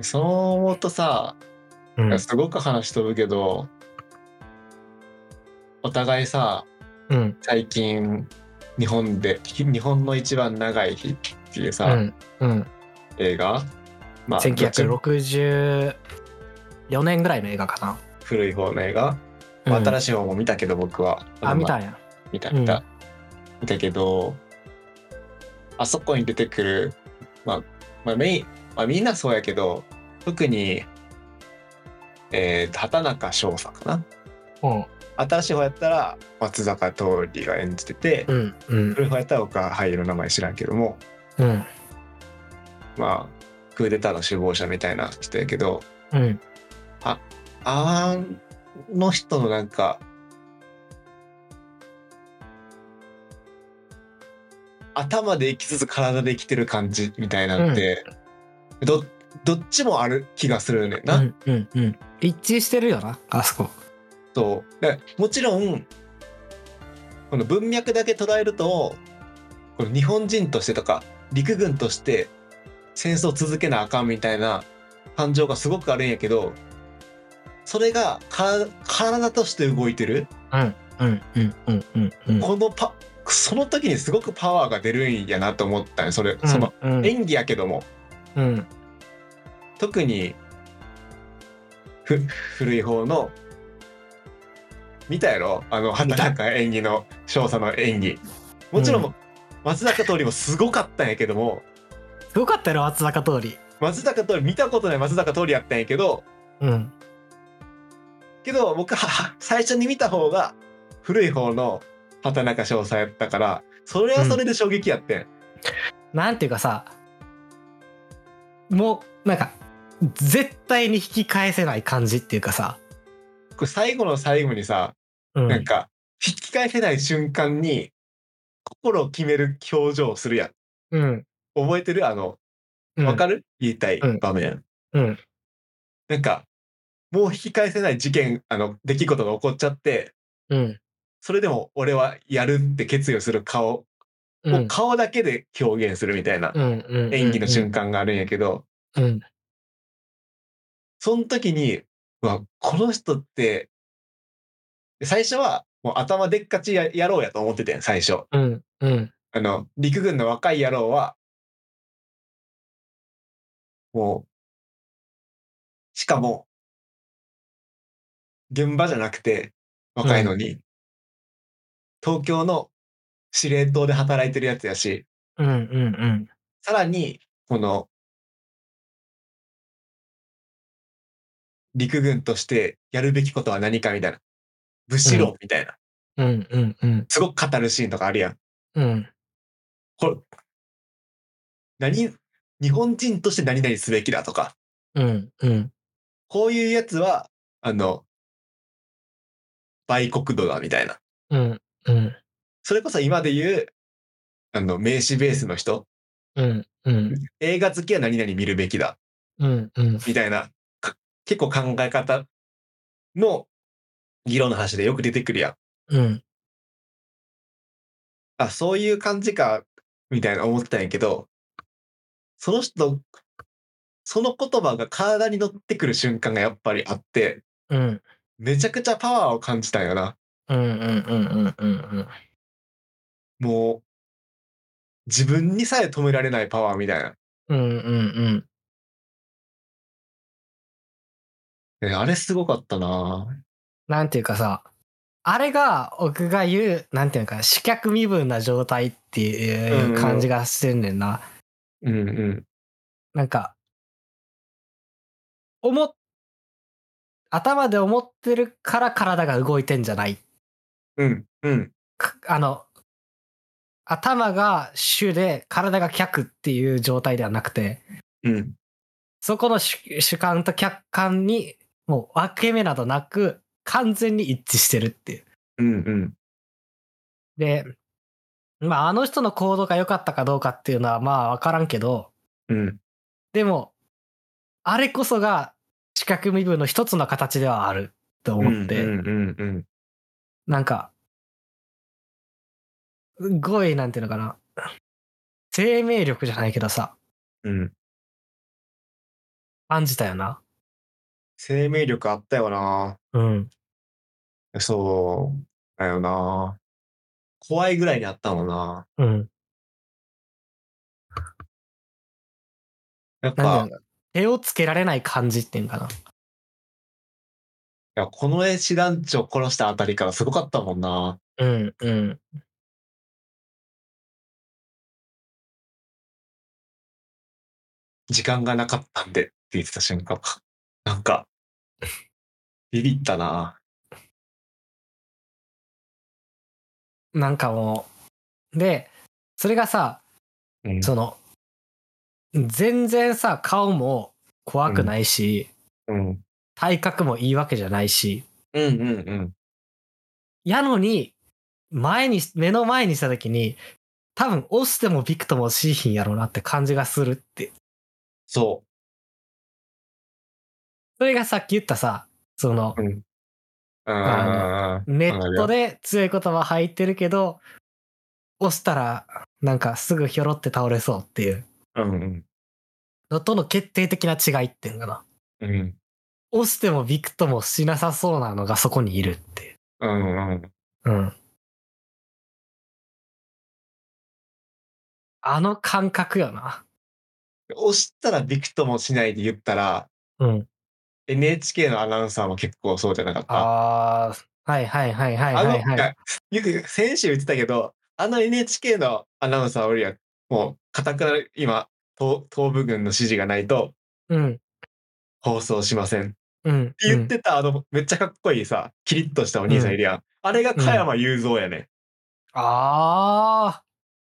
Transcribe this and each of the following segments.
そう思うとさ、すごく話飛ぶけど、お互いさ、最近日本の一番長い日っていうさ、映画、 まあ、1964年ぐらいの映画かな。 古い方の映画、新しい方も見たけど僕は。 見たんや。 見たけど、あそこに出てくる、みんなそうやけど、特に畑中翔さんかな。新しい方やったら松坂桃李が演じてて、古い方やったら僕は俳優の名前知らんけども、まあクーデターの首謀者みたいな人やけど、あの人のなんか頭で生きつつ体で生きてる感じみたいなんて、どっちもある気がするねんな。 一致してるよな、あそこ。 そうでもちろんこの文脈だけ捉えると、この日本人としてとか陸軍として戦争を続けなあかんみたいな感情がすごくあるんやけど、それが体として動いてる。その時にすごくパワーが出るんやなと思ったね。その演技やけども、特に古い方の見たやろ、畑中演技の翔さんの演技。もちろん松坂桃李もすごかったんやけども、 すごかったよ松坂桃李見たことない松坂桃李やったんやけど、けど僕は最初に見た方が古い方の畑中翔さんやったから、それはそれで衝撃やってん。 なんていうかさ、もうなんか絶対に引き返せない感じっていうかさ、 これ最後の最後にさ、なんか引き返せない瞬間に心を決める表情をするやん。覚えてる？わかる？言いたい場面。なんかもう引き返せない出来事が起こっちゃって、それでも俺はやるって決意をする顔を顔だけで表現するみたいな演技の瞬間があるんやけど、その時にこの人って最初はもう頭でっかち野郎やと思っててん、最初。陸軍の若い野郎はもう、しかも現場じゃなくて若いのに、東京の司令塔で働いてるやつやし、さらにこの陸軍としてやるべきことは何かみたいな、武士論みたいな、すごく語るシーンとかあるやん。これ日本人として何々すべきだとか、こういうやつは売国度だみたいな、それこそ今で言う名詞ベースの人、映画好きは何々見るべきだ、みたいな結構考え方の議論の話でよく出てくるやん。そういう感じかみたいな思ってたんやけど、その言葉が体に乗ってくる瞬間がやっぱりあって、めちゃくちゃパワーを感じたんよな。もう自分にさえ止められないパワーみたいな。あれすごかったな。 なんていうかさ、あれが僕が言うなんていうか視覚身分な状態っていう感じがしてんねんな。なんか頭で思ってるから体が動いてんじゃない。頭が主で体が客っていう状態ではなくて、そこの主観と客観にもう分け目などなく完全に一致してるっていう。で、あの人の行動が良かったかどうかっていうのは分からんけど、でもあれこそが視覚身分の一つの形ではあると思って、なんかすごいなんていうのかな、生命力じゃないけどさ、 感じたよな。 生命力あったよな。 うん。 そうだよな。怖いぐらいにあったもんな。 うん。 やっぱ、 なんだろう。手をつけられない感じっていうんかな。 いや、この絵師団長殺したあたりからすごかったもんな。 うん、うん。 時間がなかったんでって言ってた瞬間。なんか、ビビったな。 なんかもう、で、それがさ、 うん。 その、全然さ、顔も怖くないし、 うん。 体格もいいわけじゃないし、 うんうんうん。 やのに、目の前にした時に、多分押してもビクともしいひんやろうなって感じがするって。 そそれがさっき言ったさ、その、 う。うん。 あの、 わネットかるよ。 で強い言葉入ってるけど、押したら、なんかすぐひょろって倒れそうっていううんうん。 のとの決定的な違いっていうのかな。 うん。 押してもビクともしなさそうなのがそこにいるっていう。 うんうん。 うん。あの感覚よな。 押したらビクともしないで言ったら、 うん。 NHK のアナウンサーも結構そうじゃなかった？ ああ、はいはいはいはいあの、 はいはい。 よく先週言ってたけど、あの NHK のアナウンサーおるやん。もう、かたくな今、東部軍の指示がないとうん。 放送しません。ってうん。うん。 言ってた、めっちゃかっこいいさ、キリッとしたおうん。 兄さんいるやん。あれがうん。 加山雄三やね。 ああ。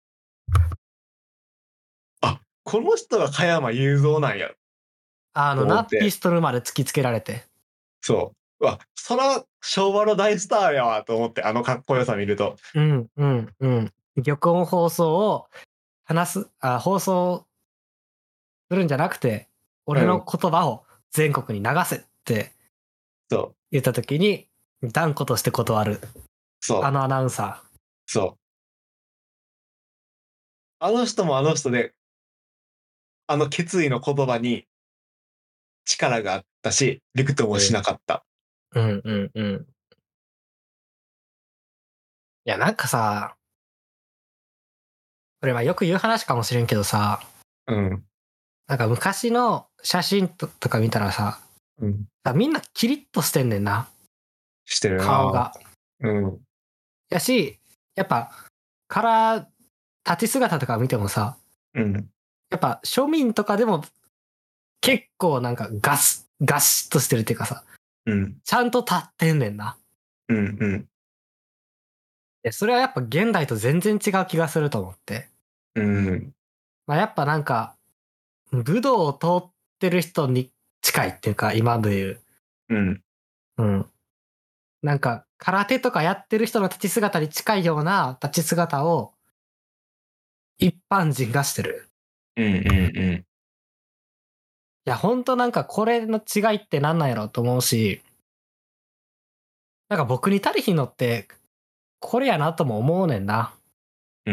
あ、この人が加山雄三なんや、と思ピって。 ストルまで突きつけられて。 そう。うわ、そら、昭和の大スターやわ、と思って、あのかっこよさ見ると。 うん、うん、うん。玉音放送を放送するんじゃなくて、俺のうん。 言葉を全国に流せってそう。 言った時に、断固として断る。 そう。 あのアナウンサそう。あの人もあの人で、あの決意の言葉に力があったし、びくともしー。 なかった。 うん、うん、うん。いや、なんかさ、これはよく言う話かもしれんけどさ、 うん。 なんか昔の写真とか見たらさ、 うん。 みんなキリッとしてんねんな、 してるな。 顔が。 うん。 やし、やっぱ、立ち姿とか見てもさ、 うん。 やっぱ庶民とかでも結構なんかガシッとしてるっていうかさ、 うん。 ちゃんと立ってんねんな。 うん。うん。 それはやっぱ現代と全然違う気がすると思って。 うん。 まあやっぱなんか、武道を通ってる人に近いっていうか、今で言う。 うん。 うん。なんか、空手とかやってる人の立ち姿に近いような立ち姿を一般人がしてる。 うん。うん。うん。 いや、ほんとなんかこれの違いってなんなんやろうと思うし、なんか僕に足りひんのって、これやなとも思うねんな。 うん。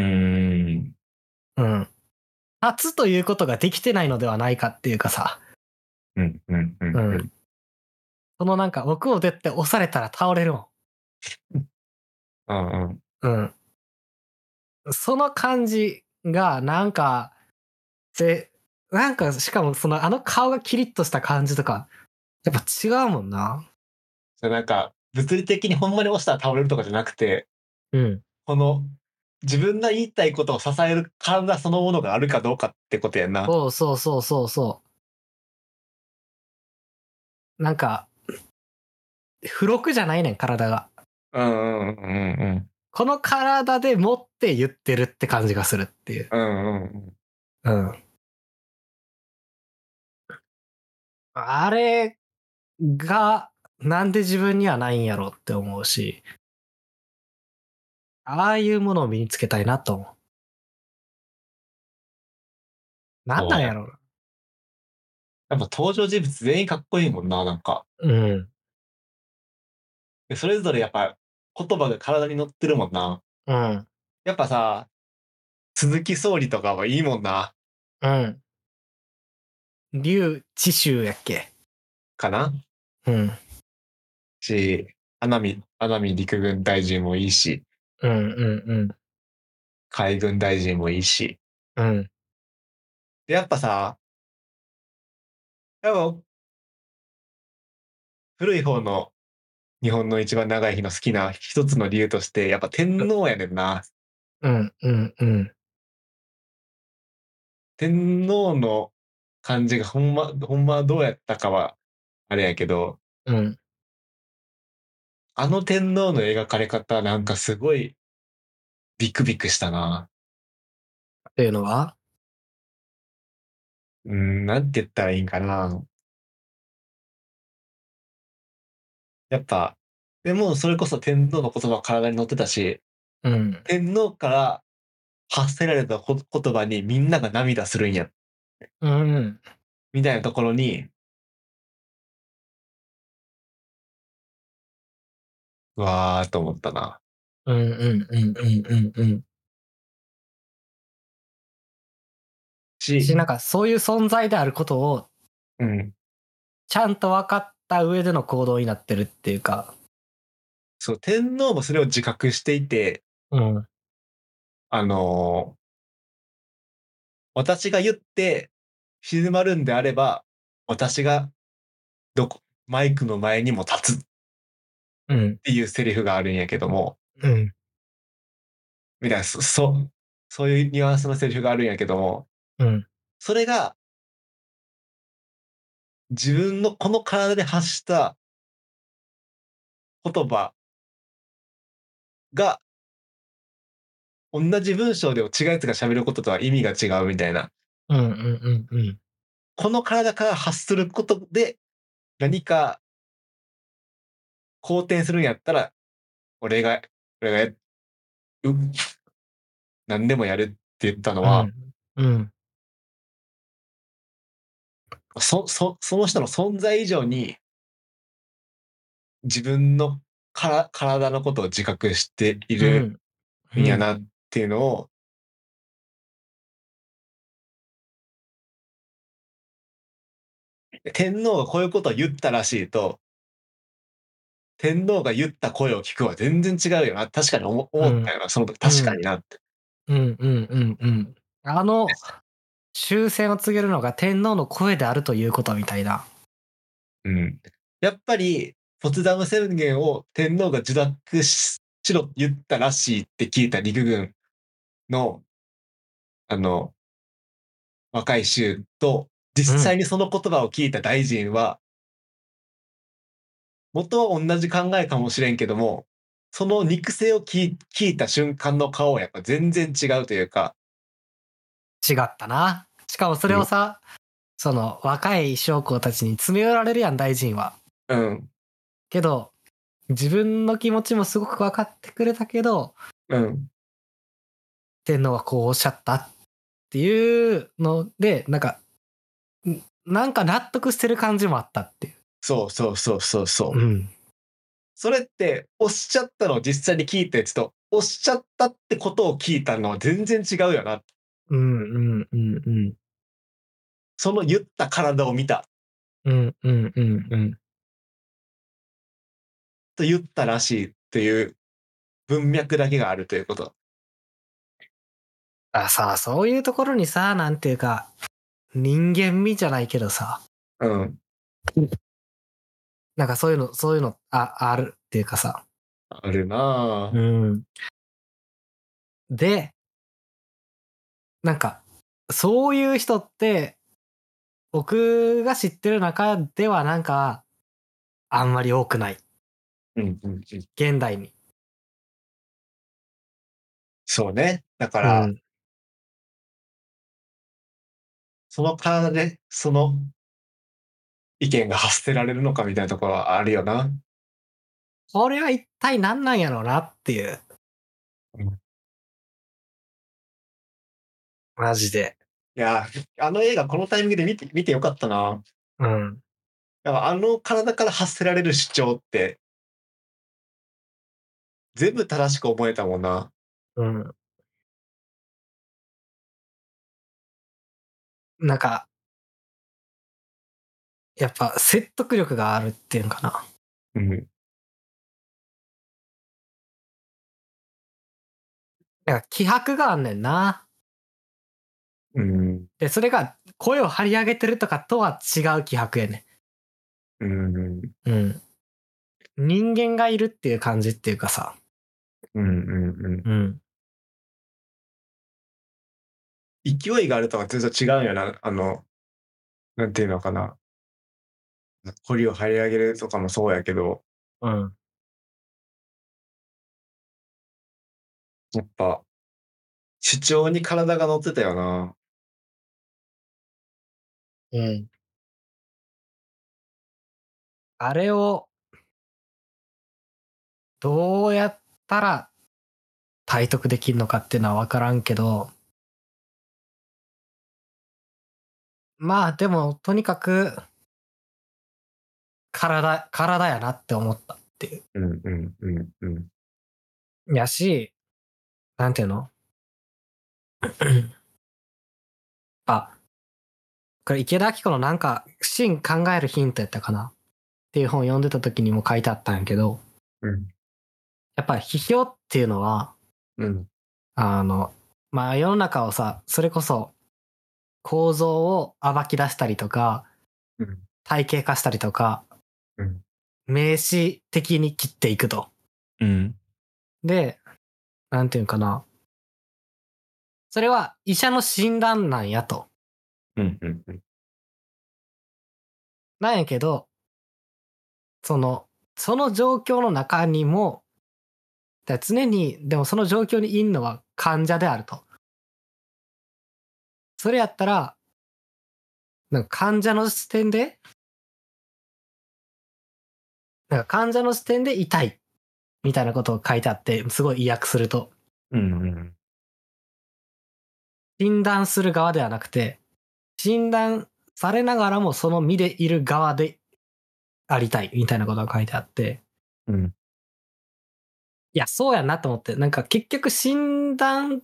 うん。立つということができてないのではないかっていうかさ。 うん。うん。うん。ううん。 ん。 そのなんか奥を出て押されたら倒れるもうん。 ん。うん。その感じがなんか、せ、なんかしかもそのあの顔がキリッとした感じとか、やっぱ違うもんな。 なんか、物理的にほんまに押したら倒れるとかじゃなくて、 うん。 この、自分が言いたいことを支える体そのものがあるかどうかってことやんな。 そうそうそうそうそう。なんか、付録じゃないねん、体が。 うんうんうんうん。 この体で持って言ってるって感じがするっていう。 うんうんうん。 うん。あれが、なんで自分にはないんやろって思うし、ああいうものを身につけたいなと思う。なんそうね。 なんやろな。 やっぱ登場人物全員かっこいいもんな、なんか。 うん。 でそれぞれやっぱ言葉が体に乗ってるもんな。 うん。 やっぱさ、鈴木総理とかはいいもんな。 うん。 竜知州やっけかなうん。 阿南陸軍大臣もいいし、 うんうんうん。 海軍大臣もいいし。 うん。 で、やっぱさ、やっぱ古い方の日本の一番長い日の好きな一つの理由として、やっぱ天皇やねんな。 うんうんうん。 天皇の感じがほんまどうやったかは、あれやけど、 うん。 あの天皇の描かれ方なんかすごいビクビクしたな。 っていうのはなんて言ったらいいんかな。やっぱ、でもそれこそ天皇の言葉は体に乗ってたし、 うん。 天皇から発せられた言葉にみんなが涙するんや、 うん。 みたいなところに、うわーと思ったな。 うんうんうんうんうんうん。なんかそういう存在であることを、 うん。 ちゃんと分かった上での行動になってるっていうか。 そう、天皇もそれを自覚していて、 うん。 あのー私が言って静まるんであれば、私がマイクの前にも立つっうん。 ていうセリフがあるんやけども、 うん。 みたいな、そういうニュアンスのセリフがあるんやけども、 うん。 それが自分のこの体で発した言葉が同じ文章で違うやつが喋ることとは意味が違うみたいな。 うんうんうんうん。 この体から発することで何か好転するんやったら、俺が、俺がや、う、何でもやるって言ったのは、 うん。うん。 その人の存在以上に自分の体のことを自覚しているうん。うん。 んやなっていうのを、天皇がこういうことを言ったらしいと、天皇が言った声を聞くは全然違うよな。確かに思ったよな。その時確かになって。 うんうんうんうん。終戦を告げるのが天皇の声であるということみたいな。 うん。やっぱり、ポツダム宣言を天皇が受諾しろって言ったらしいって聞いた陸軍の、あの、若い衆と、実際うん。 にその言葉を聞いた大臣は、元は同じ考えかもしれんけども、その肉声を聞いた瞬間の顔はやっぱ全然違うというか、 違ったな。しかもそれうん、 をさ、その若い将校たちに詰め寄られるやん、大臣は。 うん、 けど、自分の気持ちもすごく分かってくれたけど、 うん、 天皇はこうおっしゃったっていうので、なんか納得してる感じもあったっていう。 そうそうそうそうそう。 うん。 それって、おっしゃったのを実際に聞いたやつと、おっしゃったってことを聞いたのは全然違うよな。 うんうんうんうん。 その言った体を見たうんうんうんうん。 と言ったらしいっていう文脈だけがあるということ。 そういうところにさ、なんていうか、人間味じゃないけどさ、 うん。 なんかそういうの、あるっていうかさ。 あるなうぁ。 ん。で、なんか、そういう人って、僕が知ってる中ではあんまり多くない。 うんうんうん。 現代に。 そうね。だから、 うん。 その体で、その意見が発せられるのかみたいなところはあるよな。 これは一体何なんやろうなっていう。 うん、 マジで。 いや、あの映画このタイミングで見てよかったな。 うん。 やっぱあの体から発せられる主張って、全部正しく思えたもんな。 うん。なんか、 やっぱ説得力があるっていうのかな。 うん。 だから気迫があんねんな。 うん。 で、それが声を張り上げてるとかとは違う気迫やね。 うん。 うん。人間がいるっていう感じっていうかさ。 うんうんうん。 うん。 勢いがあるとは全然違うんよな。なんていうのかな。コリを張り上げるとかもそうやけど、 うん。 やっぱ、主張に体が乗ってたよな。 うん。あれを、どうやったら体得できるのかっていうのは分からんけど、まあでも、とにかく、体やなって思ったっていう。 うんうんうんうん。 やし、なんていうのあ、これ池田明子のなんか、真考えるヒントやったかなっていう本読んでた時にも書いてあったんやけど、 うん。 やっぱ批評っていうのは、 うん。 まあ世の中をさ、それこそ構造を暴き出したりとか、 うん。 体系化したりとか、 うん。 名詞的に切っていくと。 うん。 で、なんていうかな。それは医者の診断なんやと。 うんうんうん。 なんやけど、その状況の中にも、常に、でもその状況にいんのは患者であると。それやったら、なんか患者の視点で、なんか患者の視点で痛いみたいなことを書いてあって、すごい意訳すると。 うんうん。 診断する側ではなくて、診断されながらもその身でいる側でありたいみたいなことが書いてあって、 うん。 いや、そうやなと思って、なんか結局診断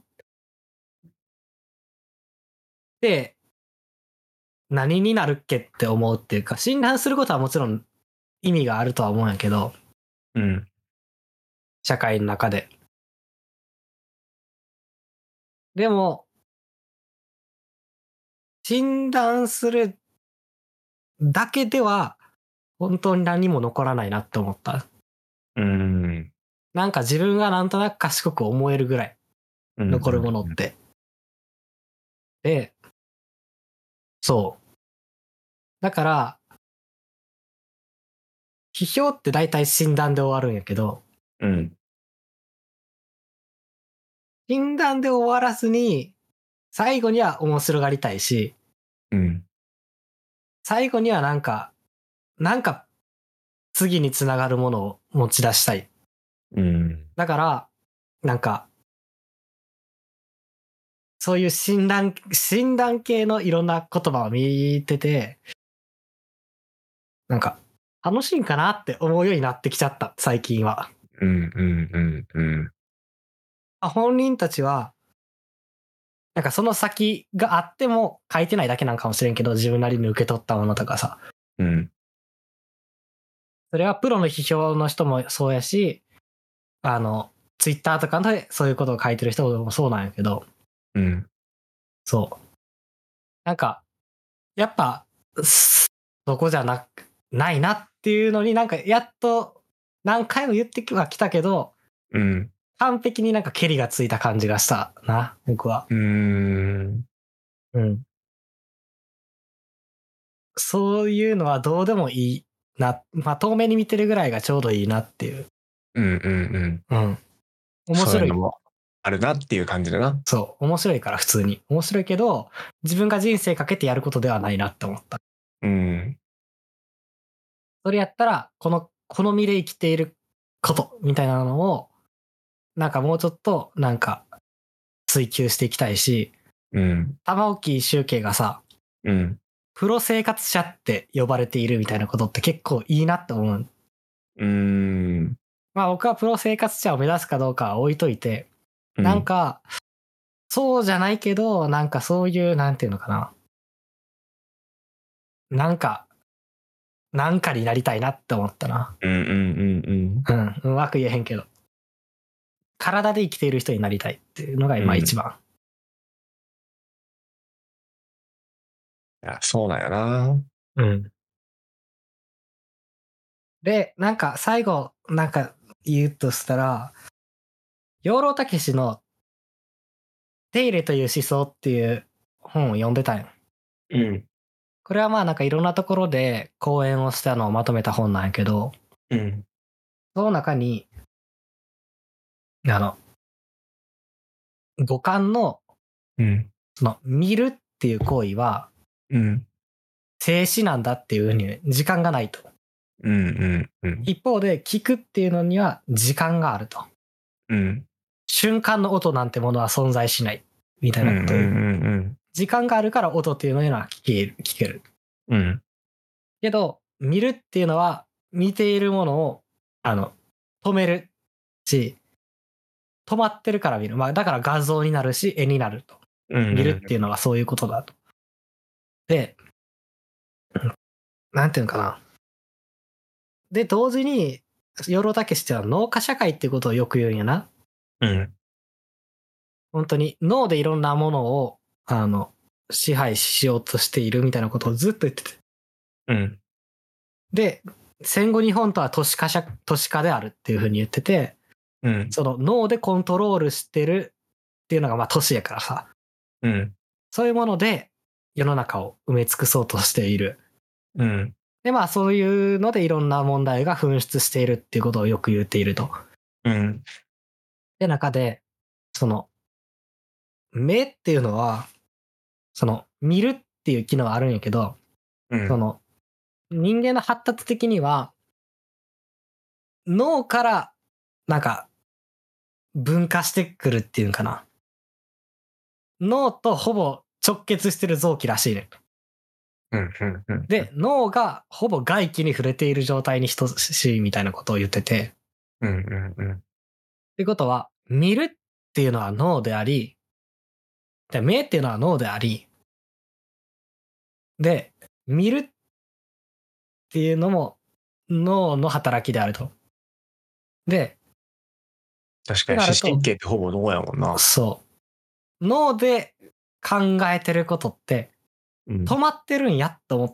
って何になるっけって思うっていうか、診断することはもちろん意味があるとは思うんやけど、 うん。 社会の中で。でも、診断するだけでは本当に何も残らないなって思った。 うん。 なんか自分がなんとなく賢く思えるぐらいうん。 残るものって。で、そう。だから、批評って大体診断で終わるんやけど、 うん。 診断で終わらずに、最後には面白がりたいし、 うん。 最後にはなんか次につながるものを持ち出したい。 うん。 だから、なんか、そういう診断系のいろんな言葉を見てて、なんか、楽しいんかなって思うようになってきちゃった、最近は。 うんうんうん本人たちは、なんかその先があっても書いてないだけなんかもしれんけど、自分なりに受け取ったものとかさ。 うん。 それはプロの批評の人もそうやし、ツイッターとかでそういうことを書いてる人もそうなんやけど、 うん。 そう。なんか、やっぱ、そこじゃないなっていうのになんかやっと何回も言ってはきたけど、 うん。 完璧になんかケリがついた感じがしたな、僕は。 うん。 うん。そういうのはどうでもいいな。まあ、遠目に見てるぐらいがちょうどいいなっていう。 うんうんうん。 うん。 面白い。 そういうのもあるなっていう感じだな。 そう。面白いから普通に。面白いけど、自分が人生かけてやることではないなって思った。 うん。 それやったら、好みで生きていることみたいなのを、なんかもうちょっと、なんか、追求していきたいし、 うん。 玉置周慶がさ、 うん。 プロ生活者って呼ばれているみたいなことって結構いいなって思う。 うん。 まあ僕はプロ生活者を目指すかどうかは置いといて、 うん。 なんか、そうじゃないけど、なんかそういう、なんていうのかな。なんか、 なんかになりたいなって思ったな。うまく言えへんけど。体で生きている人になりたいっていうのが今一番。 いや、そうなんやな。 で、なんか最後、なんか言うとしたら、養老孟司の手入れという思想っていう本を読んでたんよ。これはまあなんかいろんなところで講演をしたのをまとめた本なんやけど、その中に、五感の、その見るっていう行為は、静止なんだっていうふうに時間がないと。一方で聞くっていうのには時間があると。瞬間の音なんてものは存在しないみたいなことを言う。時間があるから音っていうのは聞ける。けど、見るっていうのは見ているものを止めるし、止まってるから見る。まあだから画像になるし絵になると。見るっていうのはそういうことだと。で、なんていうのかな。で、同時に、養老孟司っては脳化社会っていうことをよく言うんやな。本当に脳でいろんなものを、支配しようとしているみたいなことをずっと言ってて。で、戦後日本とは都市化であるっていうふうに言ってて、その脳でコントロールしてるっていうのがまあ都市やからさ。そういうもので世の中を埋め尽くそうとしている。で、まあそういうのでいろんな問題が噴出しているっていうことをよく言っていると。で、中で、その、目っていうのは、その、見るっていう機能はあるんやけど、その、人間の発達的には、脳から、なんか、分化してくるっていうんかな。脳とほぼ直結してる臓器らしいね。で、脳がほぼ外気に触れている状態に等しいみたいなことを言ってて。ってことは、見るっていうのは脳であり、で目っていうのは脳であり、で、見るっていうのも脳の働きであると。で、 確かに視神経ってほぼ脳やもんな。 そう。脳で考えてることって、止まってるんやって思って。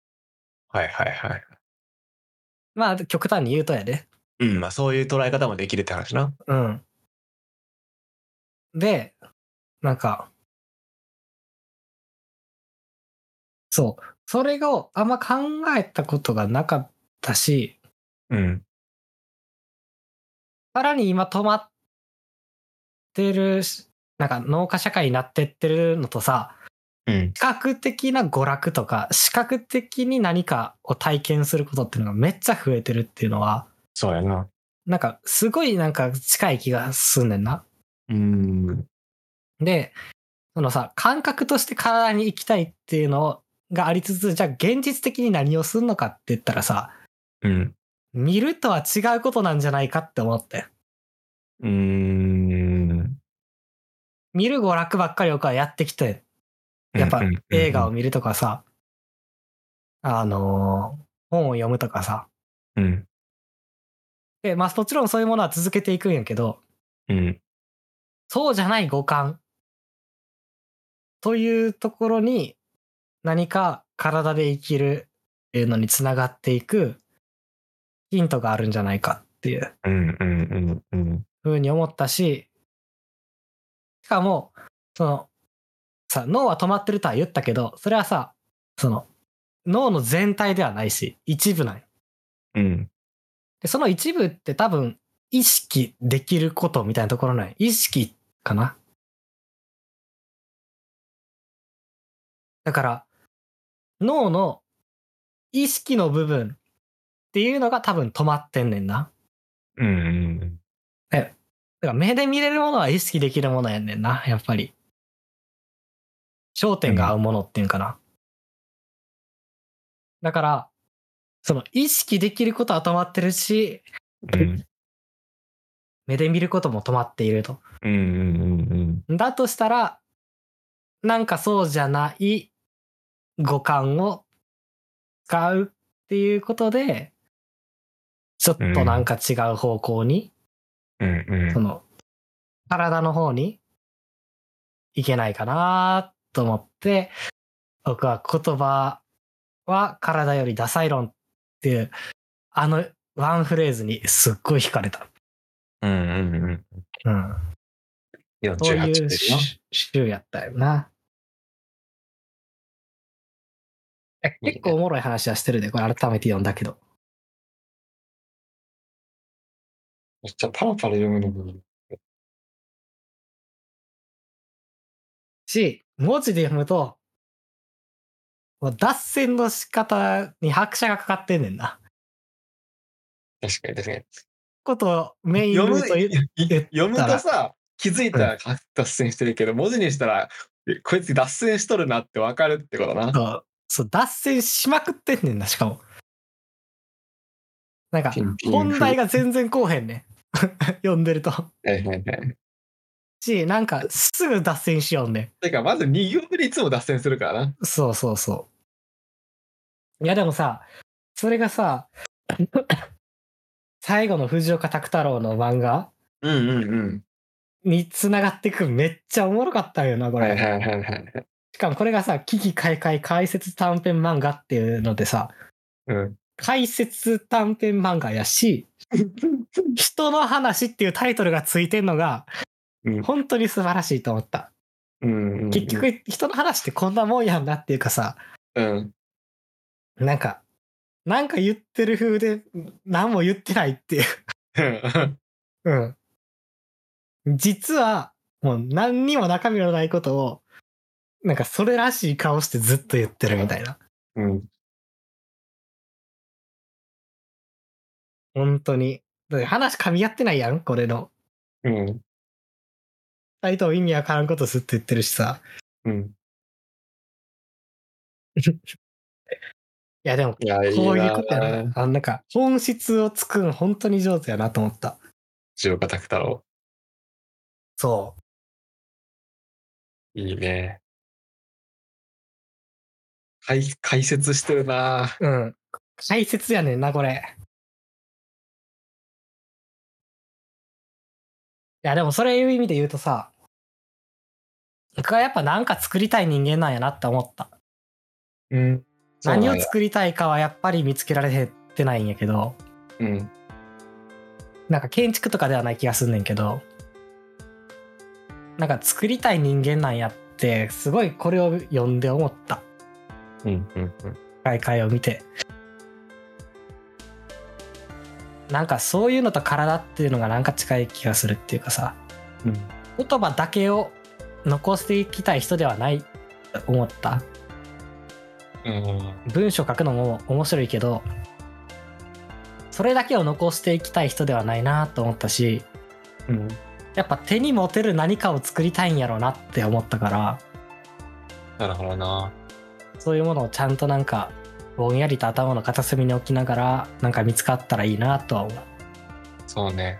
まあ、極端に言うとやで。 まあそういう捉え方もできるって話な。 で、なんか、そう。それをあんま考えたことがなかったし、さらに今止まってる、なんか農家社会になってってるのとさ、視覚的な娯楽とか、視覚的に何かを体験することっていうのがめっちゃ増えてるっていうのは、 そうやな。 なんかすごいなんか近い気がすんねんな。で、そのさ、感覚として体に行きたいっていうのがありつつ、じゃあ現実的に何をするのかって言ったらさ、見るとは違うことなんじゃないかって思って。見る娯楽ばっかり僕はやってきて、やっぱ映画を見るとかさ、本を読むとかさ。で、まあもちろんそういうものは続けていくんやけど、そうじゃない五感というところに何か体で生きるっていうのにつながっていくヒントがあるんじゃないかっていうふうに思ったし、しかも、その、さ、脳は止まってるとは言ったけど、それはさ、その、脳の全体ではないし、一部なんよ。で、その一部って多分、意識できることみたいなところない。意識かな。だから、脳の意識の部分っていうのが多分止まってんねんな。だから目で見れるものは意識できるものやんねんな、やっぱり。焦点が合うものっていうかな。だから、その意識できることは止まってるし、目で見ることも止まっていると。だとしたら、なんかそうじゃない五感を使うっっていうことで、ちょっとなんか違う方向に、その、体の方にいけないかなと思って、僕は言葉は体よりダサい論っていう、ワンフレーズにすっごい惹かれた。そういう週やったよな。結構おもろい話はしてるで、これ改めて読んだけど。 めっちゃパラパラ読むのもいい。 し、文字で読むと、脱線の仕方に拍車がかかってんねんな。 確かに。 ことをメインルート読むとさ、気づいたら脱線してるけど、文字にしたら、こいつ脱線しとるなって分かるってことな。 そう、脱線しまくってんねんな、しかも。なんか、本題が全然こうへんねん。読んでると。し、なんか、すぐ脱線しようね。 てか、まず2行目でいつも脱線するからな。 そう。いや、でもさ、それがさ、最後の藤岡拓太郎の漫画に繋がってくるめっちゃおもろかったよな、これ。しかもこれがさ、危機開会解説短編漫画っていうのでさ、解説短編漫画やし、人の話っていうタイトルがついてんのが、本当に素晴らしいと思った。結局、人の話ってこんなもんやんなっていうかさ、なんか言ってる風で何も言ってないっていう。実は、もう何にも中身のないことを、なんかそれらしい顔してずっと言ってるみたいな。本当に。話噛み合ってないやん、これの。二人とも意味わからんことずっと言ってるしさ。いやでも、こういうことやな。なんか、本質をつくん本当に上手やなと思った。 藤岡拓太郎。 そう。 いいね。解説してるな。 解説やねんな、これ。いや、でもそれいう意味で言うとさ、僕はやっぱなんか作りたい人間なんやなって思った。何を作りたいかはやっぱり見つけられてないんやけど、なんか建築とかではない気がすんねんけど、なんか作りたい人間なんやってすごいこれを読んで思った。開会を見て、なんかそういうのと体っていうのがなんか近い気がするっていうかさ、言葉だけを残していきたい人ではないと思った。文章書くのも面白いけど、それだけを残していきたい人ではないなと思ったし、やっぱ手に持てる何かを作りたいんやろうなって思ったから。 なるほどな。 そういうものをちゃんとなんかぼんやりと頭の片隅に置きながらなんか見つかったらいいなとは思う。 そうね。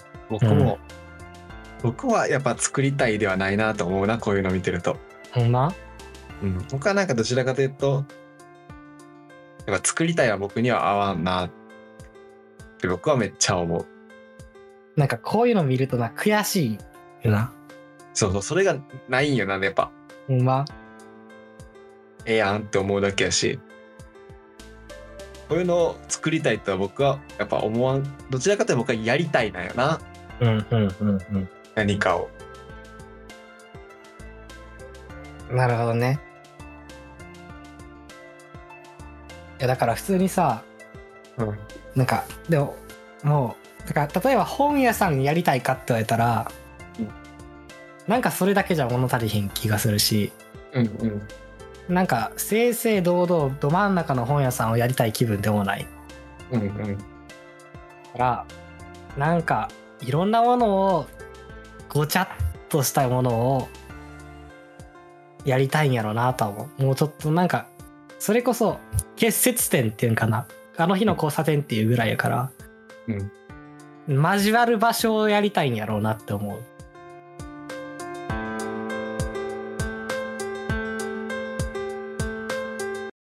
僕はやっぱ作りたいではないなと思うな、こういうの見てると。 ほんま？ 僕はなんかどちらかというと、やっぱ作りたいは僕には合わんなって僕はめっちゃ思う。 なんかこういうの見るとな、悔しいよな。 そうそれがないんよな、やっぱ。 ほんま？ ええやんって思うだけやし、こういうのを作りたいとは僕はやっぱ思わん。どちらかというと僕はやりたいなんよな。何かを。 なるほどね。いやだから普通にさ、なんかでももうだから例えば本屋さんやりたいかって言われたら、なんかそれだけじゃ物足りひん気がするし、なんか正々堂々ど真ん中の本屋さんをやりたい気分でもない。だからなんかいろんなものをごちゃっとしたものをやりたいんやろうなと思う。もうちょっとなんかそれこそ結節点っていうんかな、あの日の交差点っていうぐらいやから、交わる場所をやりたいんやろうなって思う。